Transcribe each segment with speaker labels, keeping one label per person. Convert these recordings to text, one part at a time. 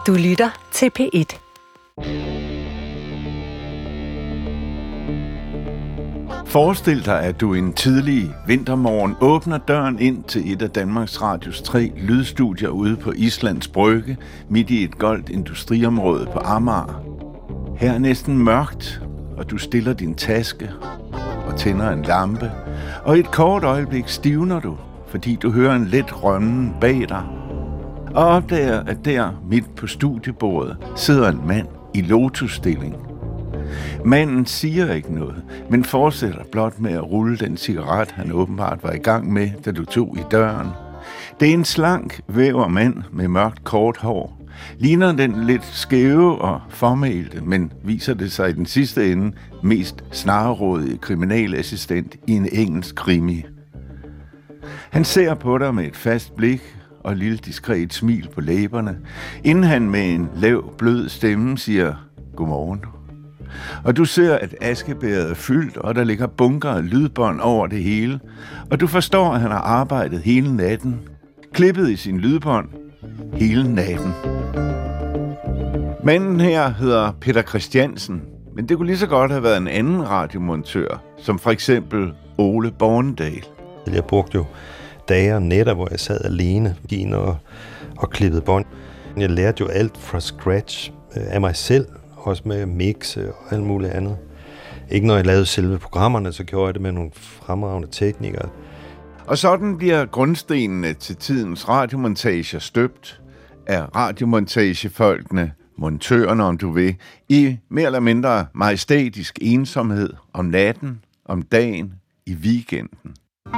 Speaker 1: Du lytter til P1.
Speaker 2: Forestil dig, at du en tidlig vintermorgen åbner døren ind til et af Danmarks Radios 3 lydstudier ude på Islands Brygge, midt i et goldt industriområde på Amager. Her er næsten mørkt, og du stiller din taske og tænder en lampe, og i et kort øjeblik stivner du, fordi du hører en let rømmen bag dig, og opdager, at der midt på studiebordet sidder en mand i lotusstilling. Manden siger ikke noget, men fortsætter blot med at rulle den cigaret, han åbenbart var i gang med, da du tog i døren. Det er en slank, væver mand med mørkt kort hår. Ligner den lidt skæve og formælte, men viser det sig i den sidste ende mest snarrådige kriminalassistent i en engelsk krimi. Han ser på dig med et fast blik og et lille diskret smil på læberne, inden han med en lav, blød stemme siger godmorgen. Og du ser, at askebæret er fyldt, og der ligger bunker af lydbånd over det hele, og du forstår, at han har arbejdet hele natten, klippet i sin lydbånd hele natten. Manden her hedder Peter Christiansen, men det kunne lige så godt have været en anden radiomontør, som for eksempel Ole Bornedal.
Speaker 3: Jeg brugte jo dage og nætter, hvor jeg sad alene og klippede bånd. Jeg lærte jo alt fra scratch af mig selv, også med mixe og alt muligt andet. Ikke når jeg lavede selve programmerne, så gjorde jeg det med nogle fremragende teknikere.
Speaker 2: Og sådan bliver grundstenene til tidens radiomontager støbt af radiomontagefolkene, montørerne om du vil, i mere eller mindre majestætisk ensomhed om natten, om dagen, i weekenden.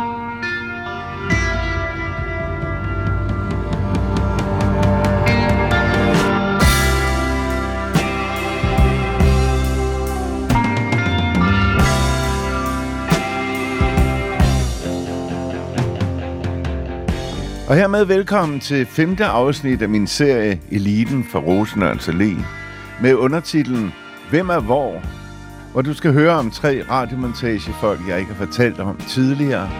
Speaker 2: Og hermed velkommen til 5. afsnit af min serie Eliten fra Rosenørns Allé med undertitlen Hvem er hvor? Hvor du skal høre om 3 radiomontagefolk, jeg ikke har fortalt om tidligere.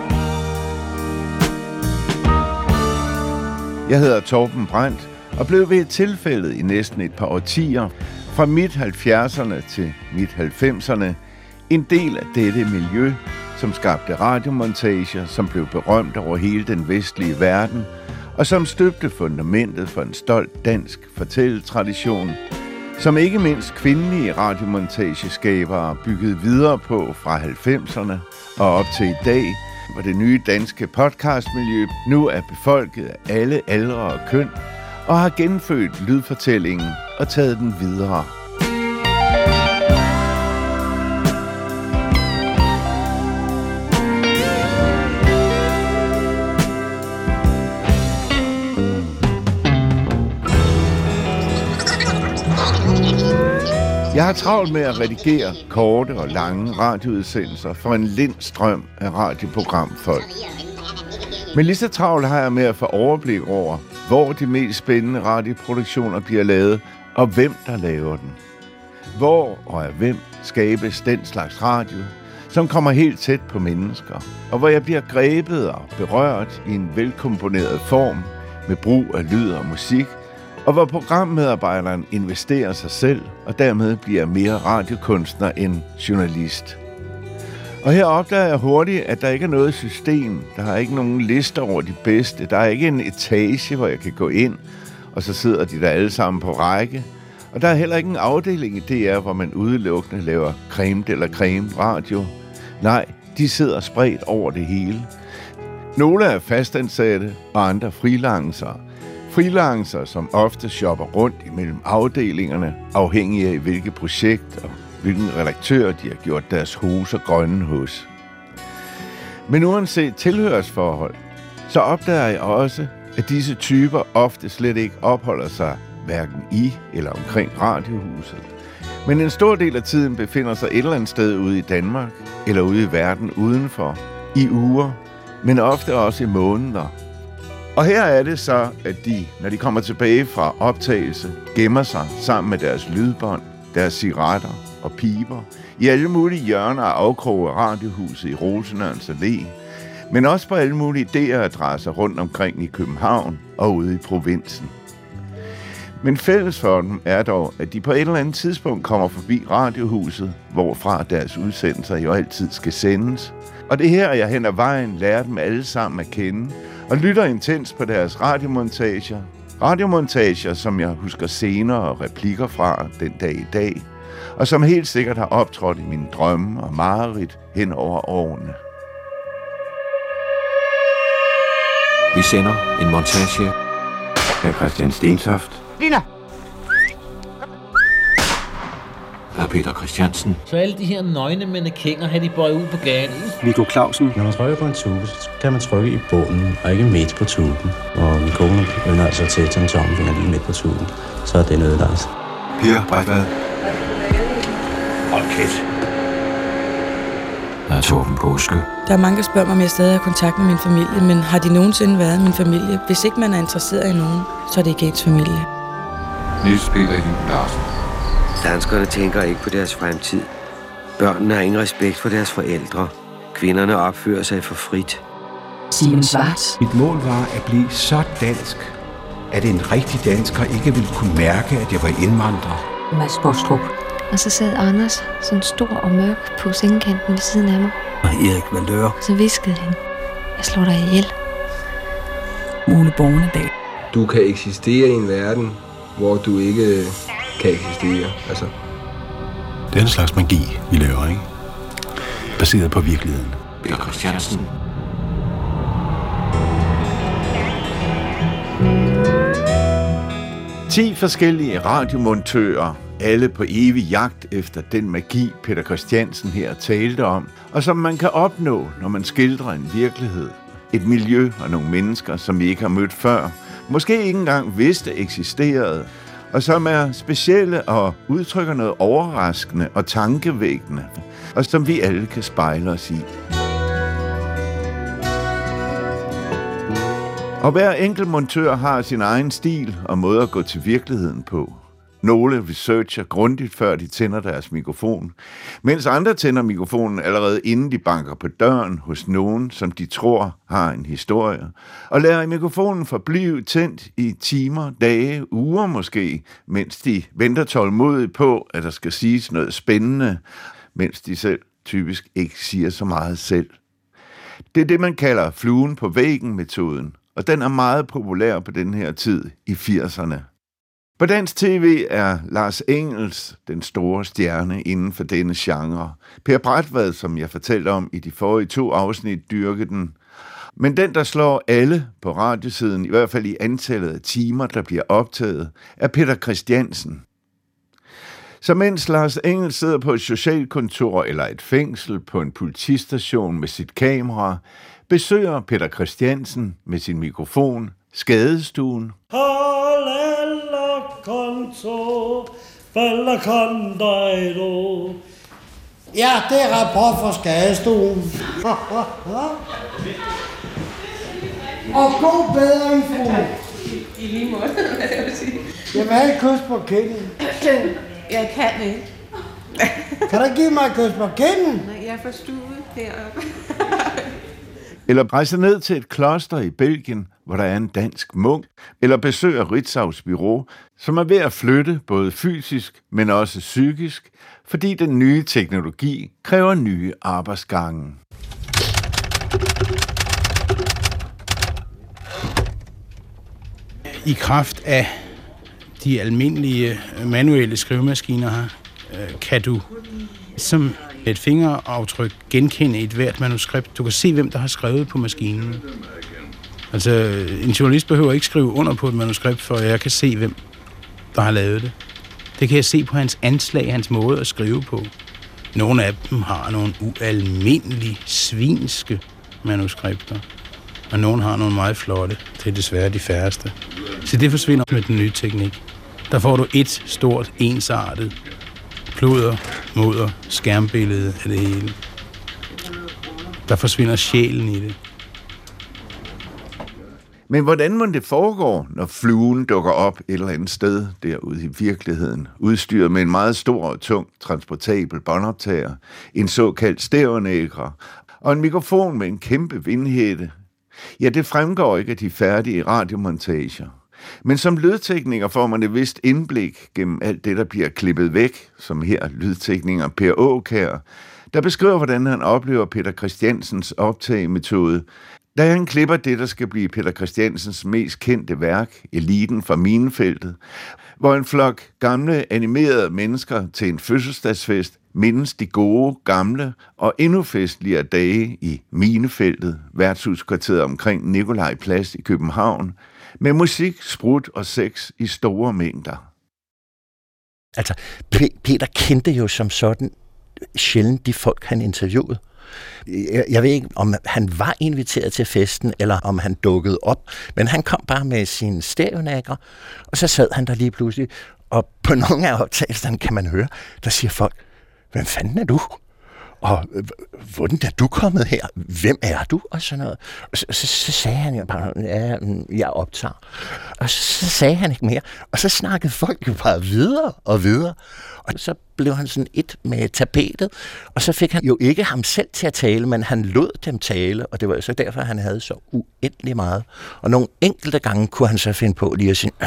Speaker 2: Jeg hedder Torben Brandt og blev ved et tilfælde i næsten et par årtier, fra midt-70'erne til midt-90'erne, en del af dette miljø, som skabte radiomontager, som blev berømt over hele den vestlige verden, og som støbte fundamentet for en stolt dansk fortælletradition, som ikke mindst kvindelige radiomontageskabere byggede videre på fra 90'erne og op til i dag, hvor det nye danske podcastmiljø nu er befolket af alle aldre og køn, og har genfødt lydfortællingen og taget den videre. Jeg har travlt med at redigere korte og lange radioudsendelser for en lind strøm af radioprogramfolk. Men lige så travlt har jeg med at få overblik over, hvor de mest spændende radioproduktioner bliver lavet, og hvem der laver den. Hvor og af hvem skabes den slags radio, som kommer helt tæt på mennesker, og hvor jeg bliver grebet og berørt i en velkomponeret form med brug af lyd og musik, og hvor programmedarbejderen investerer sig selv, og dermed bliver mere radiokunstner end journalist. Og her opdager jeg hurtigt, at der ikke er noget system. Der er ikke nogen liste over de bedste. Der er ikke en etage, hvor jeg kan gå ind, og så sidder de der alle sammen på række. Og der er heller ikke en afdeling i DR, hvor man udelukkende laver creme eller creme radio. Nej, de sidder spredt over det hele. Nogle er fastansatte, og andre freelancere. Freelancere, som ofte shopper rundt imellem afdelingerne, afhængig af hvilket projekt og hvilken redaktør de har gjort deres hoser grønne hos. Men uanset tilhørsforhold, så opdager jeg også, at disse typer ofte slet ikke opholder sig hverken i eller omkring radiohuset, men en stor del af tiden befinder sig et eller andet sted ude i Danmark eller ude i verden udenfor, i uger, men ofte også i måneder. Og her er det så, at de, når de kommer tilbage fra optagelse, gemmer sig sammen med deres lydbånd, deres cigaretter og piber i alle mulige hjørner og afkroge af radiohuset i Rosenørns Allé, men også på alle mulige DR-adresser rundt omkring i København og ude i provinsen. Men fælles for dem er dog, at de på et eller andet tidspunkt kommer forbi Radiohuset, hvorfra deres udsendelser jo altid skal sendes. Og det her, jeg hen ad vejen lærer dem alle sammen at kende, og lytter intens på deres radiomontager. Radiomontager, som jeg husker scener og replikker fra den dag i dag, og som helt sikkert har optrådt i mine drømme og mareridt hen over årene.
Speaker 1: Vi sender en montage af Christian Stentoft.
Speaker 4: Lina!
Speaker 1: Af Peter Christiansen.
Speaker 5: Så alle de her nøgne mannequiner har de bøjet ud på gaden.
Speaker 6: Viggo Clausen.
Speaker 7: Når man trykker på en tube, så kan man trykke i bunden, og ikke midt på tuben. Og min kone begynder altså til den tommelfinger lige midt på tuben. Så er det ødelagt.
Speaker 1: Per Breitvad. Hold kæft. Der er Torben Påske.
Speaker 8: Der er mange, der spørger mig, om jeg stadig har kontakt med min familie, men har de nogensinde været min familie? Hvis ikke man er interesseret i nogen, så er det ikke ens familie.
Speaker 1: Niels Peter Larsen.
Speaker 9: Danskerne tænker ikke på deres fremtid. Børnene har ingen respekt for deres forældre. Kvinderne opfører sig for frit.
Speaker 8: Simon Schwartz.
Speaker 10: Mit mål var at blive så dansk, at en rigtig dansker ikke ville kunne mærke, at jeg var indvandrer.
Speaker 8: Mads Bostrup.
Speaker 11: Og så sad Anders sådan stor og mørk på sengekanten ved siden af mig.
Speaker 9: Og Erik Valør.
Speaker 11: Så viskede han, jeg slår dig ihjel.
Speaker 8: Mone Bornedal.
Speaker 12: Du kan eksistere i en verden, hvor du ikke kan eksistere. Altså.
Speaker 10: Det er en slags magi, vi laver, ikke? Baseret på virkeligheden.
Speaker 1: Peter Christiansen.
Speaker 2: Ti forskellige radiomontører, alle på evig jagt efter den magi, Peter Christiansen her talte om, og som man kan opnå, når man skildrer en virkelighed, et miljø og nogle mennesker, som vi ikke har mødt før, måske ikke engang vidste eksisterede, og som er specielle og udtrykker noget overraskende og tankevækkende, og som vi alle kan spejle os i. Og hver enkelt montør har sin egen stil og måde at gå til virkeligheden på. Nogle researcher grundigt, før de tænder deres mikrofon, mens andre tænder mikrofonen allerede inden de banker på døren hos nogen, som de tror har en historie, og lader mikrofonen forblive tændt i timer, dage, uger måske, mens de venter tålmodigt på, at der skal siges noget spændende, mens de selv typisk ikke siger så meget selv. Det er det, man kalder fluen på væggen-metoden, og den er meget populær på den her tid i 80'erne. På dansk tv er Lars Engels den store stjerne inden for denne genre. Per Breitvad, som jeg fortalte om i de forrige 2 afsnit, dyrker den. Men den, der slår alle på radiosiden, i hvert fald i antallet af timer, der bliver optaget, er Peter Christiansen. Så mens Lars Engels sidder på et socialkontor eller et fængsel på en politistation med sit kamera, besøger Peter Christiansen med sin mikrofon skadestuen.
Speaker 4: Ja, det er rapport for skadestuen. Og god bedring, fru.
Speaker 13: I lige måde, hvad jeg vil sige.
Speaker 4: Jeg vil have et kys på kinden.
Speaker 13: Jeg kan ikke.
Speaker 4: Kan du give mig et kys på kinden?
Speaker 13: Nej, jeg er forstuet heroppe.
Speaker 2: Eller rejser ned til et kloster i Belgien, hvor der er en dansk munk, eller besøger Ritzaus bureau, som er ved at flytte både fysisk, men også psykisk, fordi den nye teknologi kræver nye arbejdsgange.
Speaker 14: I kraft af de almindelige manuelle skrivemaskiner her, kan du som et fingeraftryk genkende et hvert manuskript. Du kan se, hvem der har skrevet på maskinen. Altså, en journalist behøver ikke skrive under på et manuskript, for jeg kan se, hvem der har lavet det. Det kan jeg se på hans anslag, hans måde at skrive på. Nogle af dem har nogle ualmindelige svinske manuskripter, og nogle har nogle meget flotte. Det er desværre de færreste. Så det forsvinder med den nye teknik. Der får du et stort, ensartet pluder, mudder, skærmbillede af det hele. Der forsvinder sjælen i det.
Speaker 2: Men hvordan må det foregå, når fluen dukker op et eller andet sted derude i virkeligheden, udstyret med en meget stor og tung transportabel båndoptager, en såkaldt stereonægger og en mikrofon med en kæmpe vindhætte? Ja, det fremgår ikke af de færdige radiomontager. Men som lydtekniker får man et vist indblik gennem alt det, der bliver klippet væk, som her lydtekniker Per Aakjær, der beskriver, hvordan han oplever Peter Christiansens optagemetode, da han klipper det, der skal blive Peter Christiansens mest kendte værk, Eliten fra Minefeltet, hvor en flok gamle animerede mennesker til en fødselsdagsfest mindes de gode, gamle og endnu festligere dage i Minefeltet, værtshuskvarteret omkring Nikolaj Plads i København, med musik, sprut og sex i store mængder.
Speaker 6: Altså, Peter kendte jo som sådan sjældent de folk, han interviewede. Jeg ved ikke, om han var inviteret til festen, eller om han dukkede op, men han kom bare med sine stereonækker, og så sad han der lige pludselig, og på nogle af optagelserne kan man høre, der siger folk, hvem fanden er du? Og hvordan er du kommet her? Hvem er du? Og sådan noget. Og så sagde han jo bare, ja, jeg optager. Og så sagde han ikke mere. Og så snakkede folk jo bare videre og videre. Og så blev han sådan et med tapetet. Og så fik han jo ikke ham selv til at tale, men han lod dem tale. Og det var jo så derfor, han havde så uendelig meget. Og nogle enkelte gange kunne han så finde på lige at sige,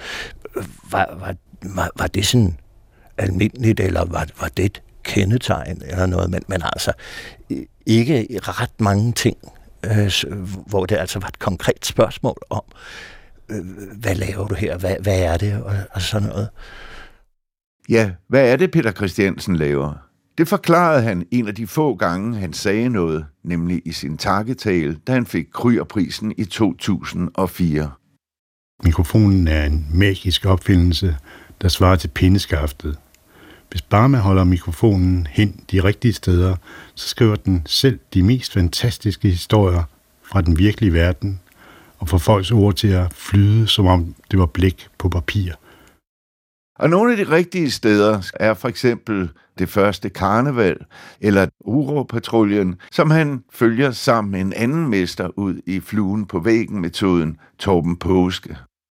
Speaker 6: var det sådan almindeligt, eller var det et kendetegn eller noget, men altså ikke ret mange ting, hvor det altså var et konkret spørgsmål om, hvad laver du her, hvad er det, og sådan noget.
Speaker 2: Ja, hvad er det, Peter Christiansen laver? Det forklarede han en af de få gange, han sagde noget, nemlig i sin takketale, da han fik Kryer-prisen i 2004.
Speaker 15: Mikrofonen er en magisk opfindelse, der svarer til pindeskaftet. Hvis bare man holder mikrofonen hen de rigtige steder, så skriver den selv de mest fantastiske historier fra den virkelige verden, og får folks ord til at flyde, som om det var blæk på papir.
Speaker 2: Og nogle af de rigtige steder er for eksempel det første karneval, eller Uropatruljen, som han følger sammen med en anden mester ud i fluen på væggen-metoden, Torben Påske.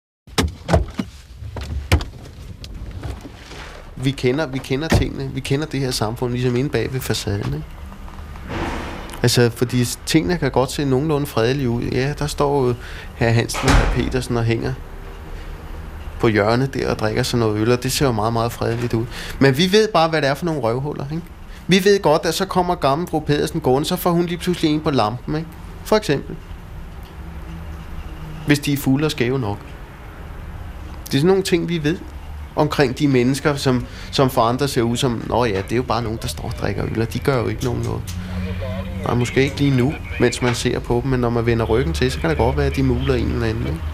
Speaker 16: Vi kender tingene. Vi kender det her samfund ligesom inde bag ved facaden, ikke? Altså, fordi tingene kan godt se nogenlunde fredelige ud. Ja, der står jo hr. Hansen og hr. Petersen og hænger på hjørnet der og drikker sådan noget øl, og det ser jo meget, meget fredeligt ud. Men vi ved bare, hvad det er for nogle røvhuller, ikke? Vi ved godt, at så kommer gammel fru Pedersen gående, så får hun lige pludselig en på lampen, ikke? For eksempel. Hvis de er fulde og skæve nok. Det er sådan nogle ting, vi ved omkring de mennesker, som for andre ser ud som, nå ja, det er jo bare nogen, der står og drikker øl, og de gør jo ikke nogen noget. Nej, måske ikke lige nu, mens man ser på dem, men når man vender ryggen til, så kan det godt være, at de muler en eller anden, ikke?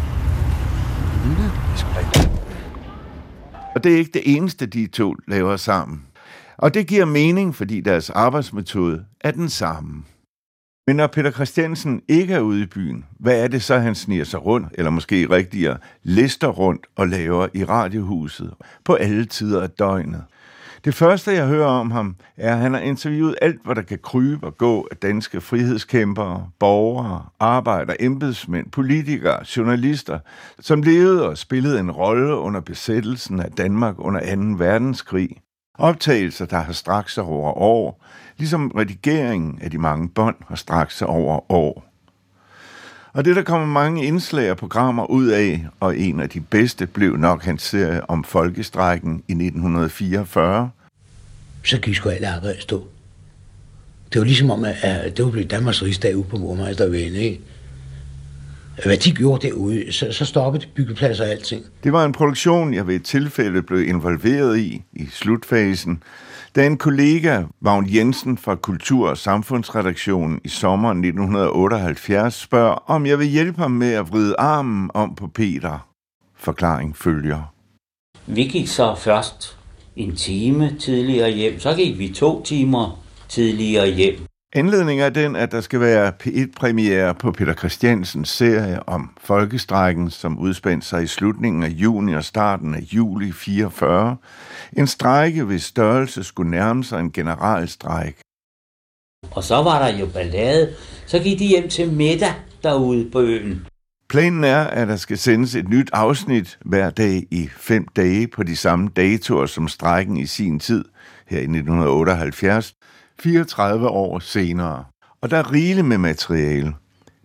Speaker 2: Og det er ikke det eneste, de to laver sammen. Og det giver mening, fordi deres arbejdsmetode er den samme. Men når Peter Christiansen ikke er ude i byen, hvad er det så, han sniger sig rundt, eller måske rigtigere, lister rundt og laver i radiohuset på alle tider af døgnet? Det første, jeg hører om ham, er, at han har interviewet alt, hvad der kan krybe og gå af danske frihedskæmpere, borgere, arbejdere, embedsmænd, politikere, journalister, som levede og spillede en rolle under besættelsen af Danmark under 2. verdenskrig. Optagelser, der har strakt sig over år, ligesom redigeringen af de mange bånd har strakt sig over år. Og det, der kommer mange indslag og programmer ud af, og en af de bedste blev nok hans serie om folkestrejken i 1944.
Speaker 17: Så gik sgu alt arbejde stå. Det var ligesom om, at det var blevet Danmarks rigsdag ude på Burmeistervænge, ikke? Hvad de gjorde derude, så stoppede byggepladser og alting.
Speaker 2: Det var en produktion, jeg ved et tilfælde blev involveret i slutfasen, da en kollega, Vagn Jensen fra Kultur- og Samfundsredaktionen i sommeren 1978, spørger, om jeg vil hjælpe ham med at vride armen om på Peter. Forklaring følger.
Speaker 18: Vi gik så først en time tidligere hjem, så gik vi 2 timer tidligere hjem.
Speaker 2: Anledningen er den, at der skal være P1-premiere på Peter Christiansens serie om folkestrejken, som udspændte sig i slutningen af juni og starten af juli 44. En strejke, hvis størrelse skulle nærme sig en generalstrejke.
Speaker 18: Og så var der jo ballade. Så gik de hjem til middag derude på øen.
Speaker 2: Planen er, at der skal sendes et nyt afsnit hver dag i 5 dage på de samme datoer som strejken i sin tid, her i 1978, 34 år senere. Og der er rigeligt med materiale.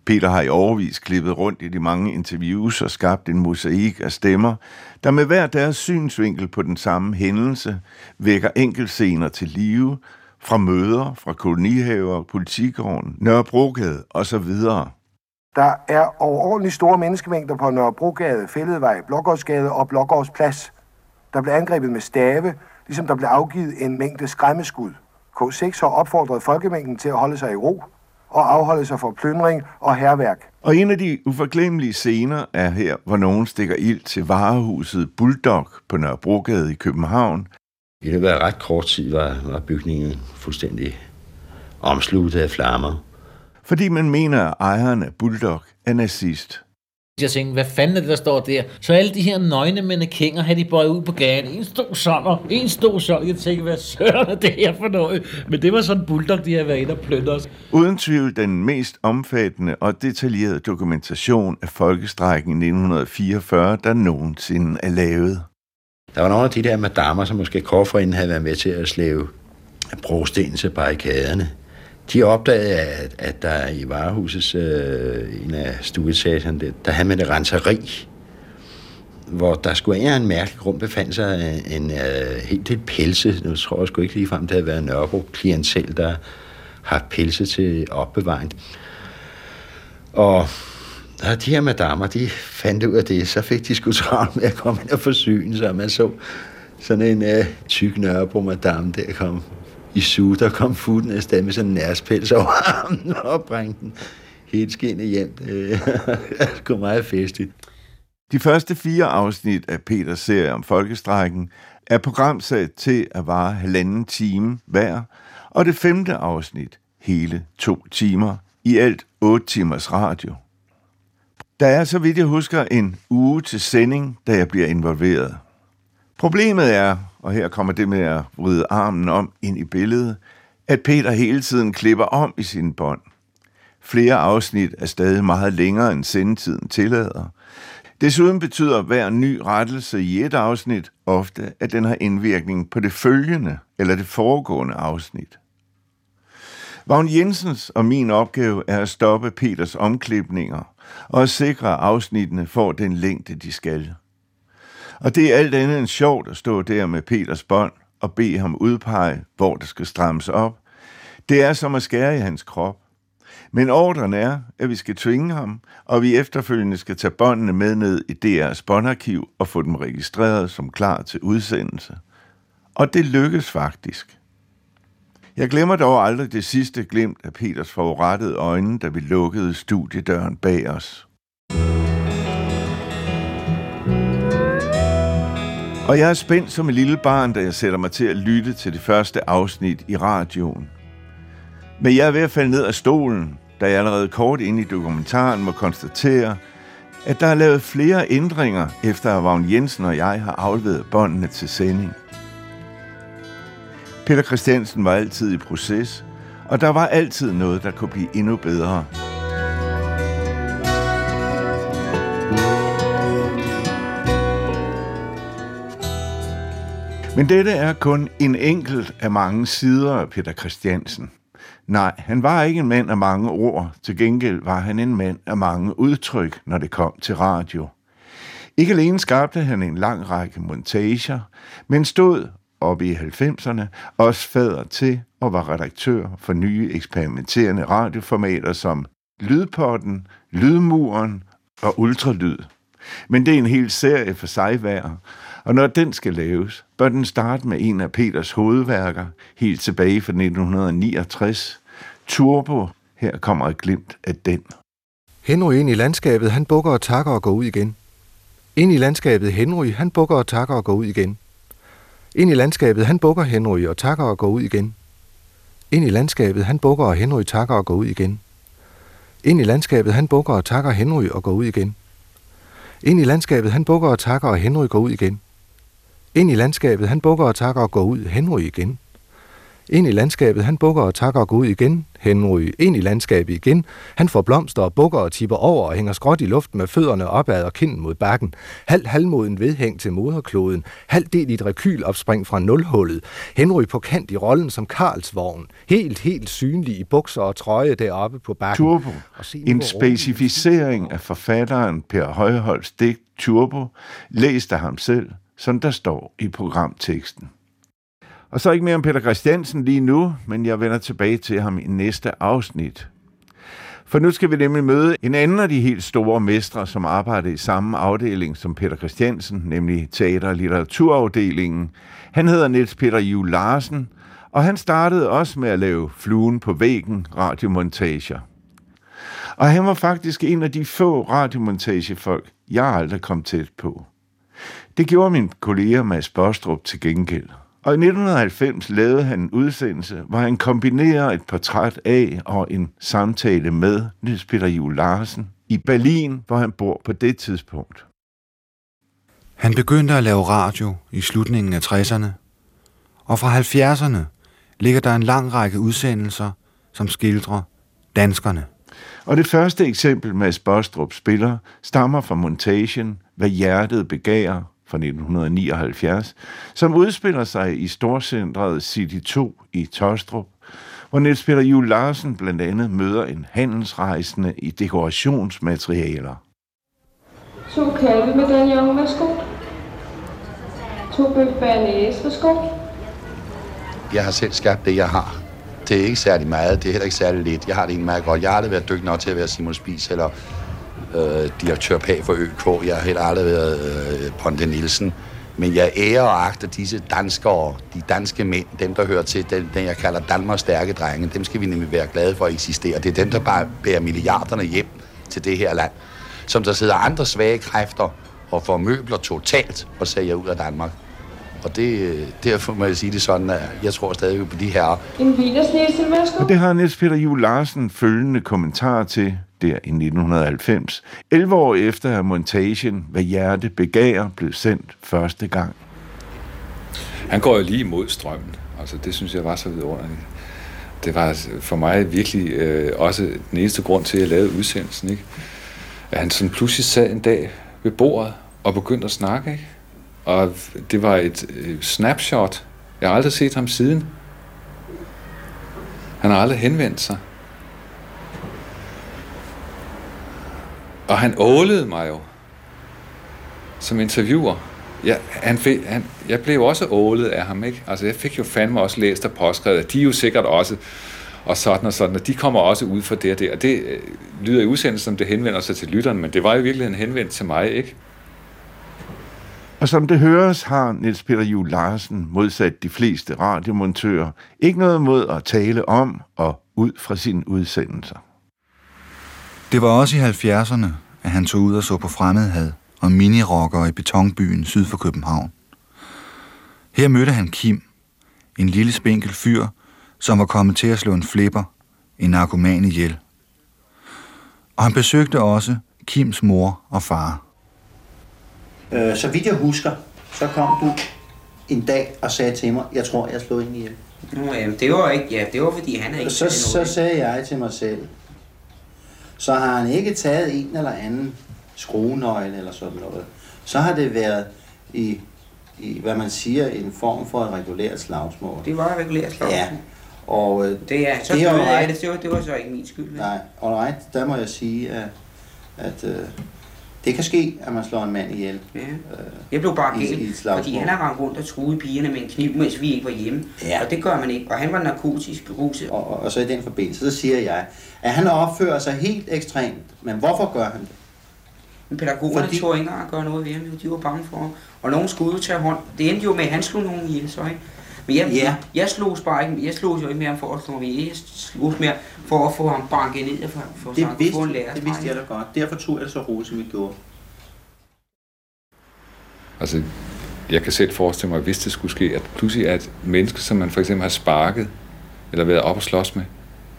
Speaker 2: Peter har i årevis klippet rundt i de mange interviews og skabt en mosaik af stemmer, der med hver deres synsvinkel på den samme hændelse vækker enkeltscener til live, fra møder, fra kolonihaver, Politigården, Nørrebrogade osv.
Speaker 19: Der er overordentligt store menneskemængder på Nørrebrogade, Fælledvej, Blågårdsgade og Blågårdsplads. Der blev angrebet med stave, ligesom der blev afgivet en mængde skræmmeskud. K6 har opfordret folkemængden til at holde sig i ro og afholde sig for plyndring og hærværk.
Speaker 2: Og en af de uforglemmelige scener er her, hvor nogen stikker ild til varehuset Bulldog på Nørrebrogade i København.
Speaker 7: I løbet af ret kort tid var bygningen fuldstændig omsluttet af flammer.
Speaker 2: Fordi man mener, at ejeren af Bulldog er nazist.
Speaker 5: Jeg tænkte, hvad fanden er det, der står der? Så alle de her nøgne mannequiner havde de bøjet ud på gaden. En stod sådan. Jeg tænkte, hvad søren er det her for noget? Men det var sådan en Bulldog, de havde været inde og plyndret os.
Speaker 2: Uden tvivl den mest omfattende og detaljerede dokumentation af folkestrejken i 1944, der nogensinde er lavet.
Speaker 7: Der var nogle af de der madammer, som måske korforinden havde været med til at slæve brosten til barrikaderne. De opdagede, at der i varehusets en af stueetagerne, der havde man et renseri, hvor der skulle af en mærkelig grund befandt sig en helt del pelse. Nu tror jeg sgu ikke ligefrem, det havde været Nørrebro-klientel, der har pelse til opbevaring. Og da de her madammer, de fandt ud af det, så fik de sgu travlt med at komme ind og forsyne sig. Man så sådan en tyk Nørrebro-madame, der kom i suge, der kom futen afsted med sådan en nærspels over armen og brængte den helt skinnet hjem. Det var meget festligt.
Speaker 2: De første 4 afsnit af Peters serie om folkestrejken er programsat til at vare 1,5 time hver, og det 5. afsnit hele 2 timer, i alt 8 timers radio. Der er, så vidt jeg husker, en uge til sending, da jeg bliver involveret. Problemet er, og her kommer det med at vride armen om ind i billedet, at Peter hele tiden klipper om i sine bånd. Flere afsnit er stadig meget længere end sendetiden tillader. Desuden betyder hver ny rettelse i et afsnit ofte, at den har indvirkning på det følgende eller det foregående afsnit. Vagn Jensens og min opgave er at stoppe Peters omklipninger og at sikre, at afsnittene får den længde, de skal. Og det er alt andet end sjovt at stå der med Peters bånd og bede ham udpege, hvor det skal strammes op. Det er som at skære i hans krop. Men ordren er, at vi skal tvinge ham, og vi efterfølgende skal tage båndene med ned i DR's båndarkiv og få dem registreret som klar til udsendelse. Og det lykkes faktisk. Jeg glemmer dog aldrig det sidste glimt af Peters forurettede øjne, da vi lukkede studiedøren bag os. Og jeg er spændt som et lille barn, da jeg sætter mig til at lytte til det første afsnit i radioen. Men jeg er ved at falde ned af stolen, da jeg allerede kort inde i dokumentaren må konstatere, at der er lavet flere ændringer, efter at Vagn Jensen og jeg har afleveret båndene til sending. Peter Christiansen var altid i proces, og der var altid noget, der kunne blive endnu bedre. Men dette er kun en enkelt af mange sider af Peter Christiansen. Nej, han var ikke en mand af mange ord. Til gengæld var han en mand af mange udtryk, når det kom til radio. Ikke alene skabte han en lang række montager, men stod oppe i 90'erne også fader til og var redaktør for nye eksperimenterende radioformater som Lydpotten, Lydmuren og Ultralyd. Men det er en hel serie for sig hver, og når den skal laves, bør den starte med en af Peters hovedværker, helt tilbage fra 1969. Turbo, her kommer et glimt af den.
Speaker 20: Henry ind i landskabet, han bukker og takker og går ud igen. Ind i landskabet Henry, han bukker og takker og går ud igen. Ind i landskabet, han bukker Henry og takker og går ud igen. Ind i landskabet, han bukker og Henry takker og går ud igen. Ind i landskabet, han bukker og takker Henry og går ud igen. Ind i landskabet, han bukker og takker og Henry går ud igen. Ind i landskabet, han bukker og takker og går ud, Henry igen. Ind i landskabet, han bukker og takker og går ud igen. Henry, ind i landskabet igen. Han får blomster og bukker og tipper over og hænger skråt i luften med fødderne opad og kinden mod bakken. Halvmoden vedhæng til moderkloden. Halvdel i et rekylopspring fra nulhullet. Henry på kant i rollen som Karlsvogn. Helt synlig i bukser og trøje deroppe på bakken.
Speaker 2: Turbo. En specificering af forfatteren Per Højholds digt Turbo, læst af ham selv, som der står i programteksten. Og så ikke mere om Peter Christiansen lige nu, men jeg vender tilbage til ham i næste afsnit. For nu skal vi nemlig møde en anden af de helt store mestre, som arbejder i samme afdeling som Peter Christiansen, nemlig teater- og litteraturafdelingen. Han hedder Niels Peter Juel Larsen, og han startede også med at lave Fluen på væggen radiomontager. Og han var faktisk en af de få radiomontagefolk, jeg aldrig kom tæt på. Det gjorde min kollega Mads Bostrup til gengæld. Og i 1990 lavede han en udsendelse, hvor han kombinerer et portræt af og en samtale med Niels Peter Juel Larsen i Berlin, hvor han bor på det tidspunkt.
Speaker 21: Han begyndte at lave radio i slutningen af 60'erne, og fra 70'erne ligger der en lang række udsendelser, som skildrer danskerne.
Speaker 2: Og det første eksempel, Mads Bostrup spiller, stammer fra montagen Hvad hjertet begærer fra 1979, som udspiller sig i storcentret City 2 i Taastrup, hvor Niels Peter Juel Larsen blandt andet møder en handelsrejsende i dekorationsmaterialer.
Speaker 22: 2 kalvemedaljon, værsgo. 2 bøf bearnaise, værsgo.
Speaker 7: Jeg har selv skabt det, jeg har. Det er ikke særlig meget, det er heller ikke særlig lidt. Jeg har det egentlig meget godt. Jeg har aldrig været dygtig nok til at være Simon Spies eller direktør Pag for ØK. Jeg har heller aldrig været Ponte Nielsen. Men jeg ærer og agter disse danskere, de danske mænd, dem der hører til, den jeg kalder Danmarks stærke drenge, dem skal vi nemlig være glade for at eksistere. Det er dem, der bare bærer milliarderne hjem til det her land. Som der sidder andre svage kræfter og får møbler totalt og sælger ud af Danmark. Og derfor må jeg sige det sådan, at jeg tror stadig på de her.
Speaker 22: En wienersnitzel, værsgo.
Speaker 2: Og det har Niels Peter Juel Larsen følgende kommentar til der i 1990, 11 år efter at montagen Hvad hjertet begærer blev sendt første gang.
Speaker 23: Han går jo lige imod strømmen. Altså, det synes jeg var så vidunderligt. Det var for mig virkelig også den eneste grund til, at jeg lavede udsendelsen. Ikke? At han sådan pludselig sad en dag ved bordet og begyndte at snakke. Ikke? Og det var et snapshot. Jeg har aldrig set ham siden. Han har aldrig henvendt sig. Og han ålede mig jo som interviewer. Jeg blev også ålet af ham, ikke? Altså, jeg fik jo fandme også læst og påskrevet, at de er jo sikkert også, og sådan, og de kommer også ud for det og det. Og det lyder i udsendelsen, som det henvender sig til lytteren, men det var jo virkelig en henvendt til mig, ikke?
Speaker 2: Og som det høres, har Niels Peter Juel Larsen, modsat de fleste radiomontører, ikke noget mod at tale om og ud fra sine udsendelser.
Speaker 21: Det var også i 70'erne, at han tog ud og så på fremmedhad og minirockere i betonbyen syd for København. Her mødte han Kim, en lille spinkel fyr, som var kommet til at slå en flipper, en narkoman ihjel. Og han besøgte også Kims mor og far.
Speaker 24: Så vidt jeg husker, så kom du en dag og sagde til mig, jeg tror, jeg slog hende ihjel.
Speaker 25: Nå, jamen, det var ikke, ja, det var fordi han ikke...
Speaker 24: Så sagde jeg til mig selv, så har han ikke taget en eller anden skruenøgle eller sådan noget. Så har det været i hvad man siger, en form for et regulært slagsmål.
Speaker 25: Det var et regulært slagsmål.
Speaker 24: Ja. Og
Speaker 25: det er så det var så ikke min skyld.
Speaker 24: Nej, alright, der må jeg sige, at det kan ske, at man slår en mand ihjel.
Speaker 25: Ja. Jeg blev bare galt, fordi han har rendt rundt og truet pigerne med en kniv, mens vi ikke var hjemme. Ja. Og det gør man ikke. Og han var narkotisk beruset.
Speaker 24: Og så i den forbindelse, så siger jeg, at han opfører sig helt ekstremt. Men hvorfor gør han det?
Speaker 25: Men pædagogerne tog ikke engang at gøre noget ved ham. De var bange for ham. Og nogen skulle tage hånd. Det endte jo med, at han slog nogen ihjel, så ikke? Men jeg slog bare ikke. Jeg slog jo ikke med ham for at slå mig ihjel. Jeg slog mere for at få ham banket ned for at få en lærer.
Speaker 24: Det vidste jeg da godt. Derfor tog jeg det så roligt, som vi gjorde.
Speaker 23: Altså, jeg kan selv forestille mig, hvis det skulle ske, at pludselig er et menneske, som man for eksempel har sparket, eller været op og slås med,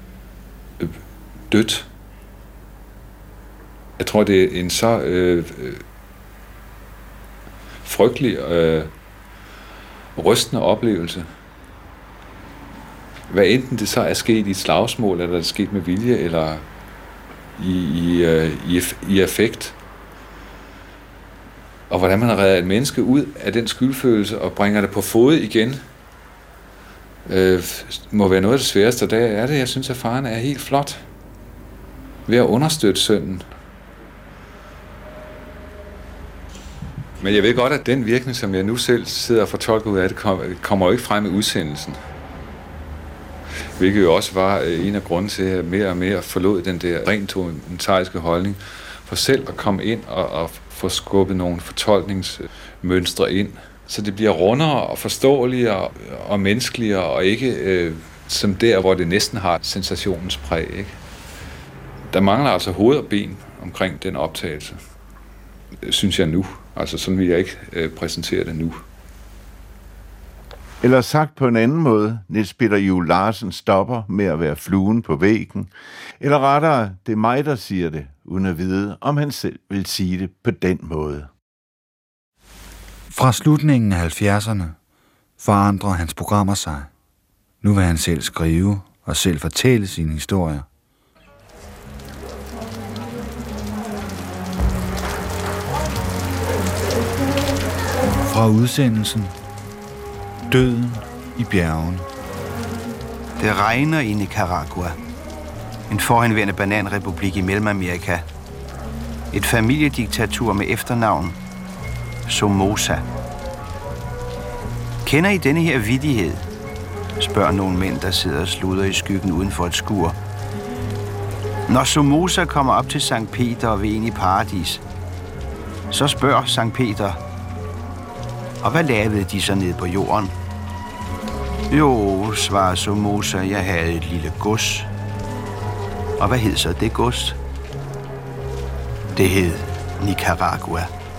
Speaker 23: dødt. Jeg tror, det er en så frygtelig, rystende oplevelse. Hvad enten det så er sket i et slagsmål, eller det er sket med vilje, eller i affekt. Og hvordan man har reddet et menneske ud af den skyldfølelse og bringer det på fod igen, må være noget af det sværeste. Og der er det, jeg synes, at faren er helt flot ved at understøtte sønnen. Men jeg ved godt, at den virkning, som jeg nu selv sidder og fortolker ud af det, kommer jo ikke frem i udsendelsen. Hvilket jo også var en af grunden til, at jeg mere og mere forlod den der rent totalitariske holdning. For selv at komme ind og få skubbet nogle fortolkningsmønstre ind, så det bliver rundere og forståeligere og menneskeligere, og ikke som der, hvor det næsten har sensationens præg. Ikke? Der mangler altså hoved og ben omkring den optagelse, synes jeg nu. Altså sådan vil jeg ikke præsentere det nu.
Speaker 2: Eller sagt på en anden måde, Niels Peter Juel Larsen stopper med at være fluen på væggen. Eller rettere, det er mig, der siger det, uden at vide, om han selv vil sige det på den måde.
Speaker 21: Fra slutningen af 70'erne forandrer hans programmer sig. Nu vil han selv skrive og selv fortælle sine historier. Fra udsendelsen Døden i bjergene.
Speaker 3: Det regner i Nicaragua. En forhenværende bananrepublik i Mellemamerika. Et familiediktatur med efternavn Somoza. Kender I denne her vittighed? Spørger nogle mænd, der sidder og sluder i skyggen uden for et skur. Når Somoza kommer op til Sankt Peter og vil ind i paradis, så spørger Sankt Peter, og hvad lavede de så ned på jorden? Jo, svarer Somoza, jeg havde et lille gods. Og hvad hed så det gods? Det hed Nicaragua.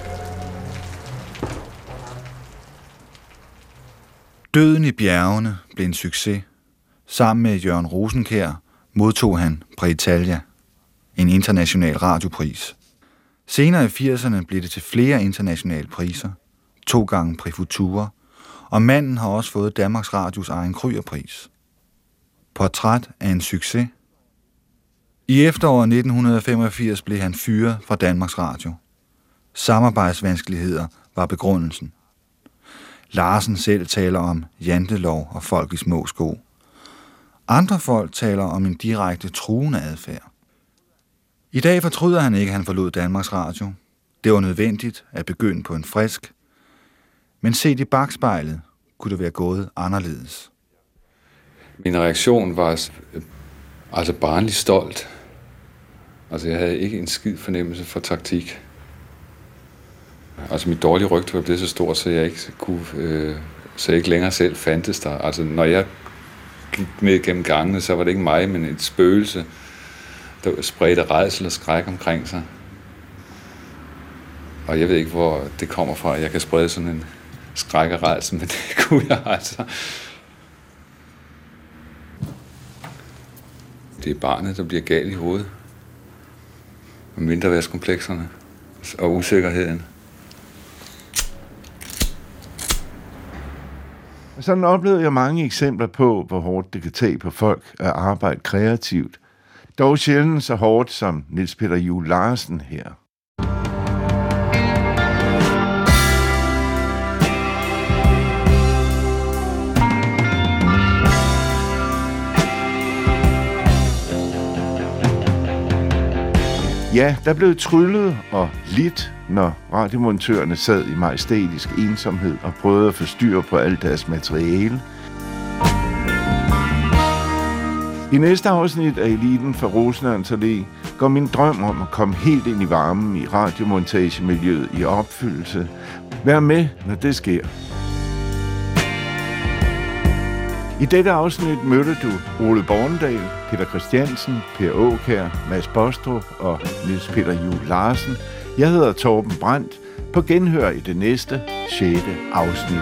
Speaker 21: Døden i bjergene blev en succes. Sammen med Jørgen Rosenkjær modtog han Præitalia, en international radiopris. Senere i 80'erne blev det til flere internationale priser, 2 gange Prix Futura, og manden har også fået Danmarks Radios egen Kryer-pris. Portræt af en succes. I efteråret 1985 blev han fyret fra Danmarks Radio. Samarbejdsvanskeligheder var begrundelsen. Larsen selv taler om jantelov og folk i små sko. Andre folk taler om en direkte truende adfærd. I dag fortryder han ikke, at han forlod Danmarks Radio. Det var nødvendigt at begynde på en frisk. Men set i bakspejlet kunne det være gået anderledes.
Speaker 23: Min reaktion var altså barnligt stolt. Altså jeg havde ikke en skid fornemmelse for taktik. Altså mit dårlige rygte var blevet så stort, så jeg ikke kunne, så jeg ikke længere selv fandtes der. Altså når jeg gik med gennem gangene, så var det ikke mig, men et spøgelse, der spredte rædsel og skræk omkring sig. Og jeg ved ikke, hvor det kommer fra. Jeg kan sprede sådan en skræk og rædsel, men det kunne jeg altså. Det er barnet, der bliver galt i hovedet. Med mindreværskomplekserne og usikkerheden.
Speaker 2: Sådan oplevede jeg mange eksempler på, hvor hårdt det kan tage på folk at arbejde kreativt. Dog sjældent så hårdt som Niels Peter Juel Larsen her. Ja, der blev tryllet og lidt, når radiomontørerne sad i majestætisk ensomhed og prøvede at få styr på alt deres materiale. I næste afsnit af Eliten fra Rosenørns Allé går min drøm om at komme helt ind i varmen i radiomontagemiljøet i opfyldelse. Vær med, når det sker. I dette afsnit mødte du Ole Bornedal, Peter Christiansen, Per Aakjær, Mads Bostrup og Niels Peter Juel Larsen. Jeg hedder Torben Brandt. På genhør i det næste 6. afsnit.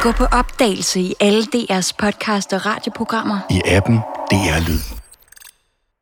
Speaker 8: Gå på opdagelse i alle DR's podcast og radioprogrammer.
Speaker 9: I appen DR Lyd.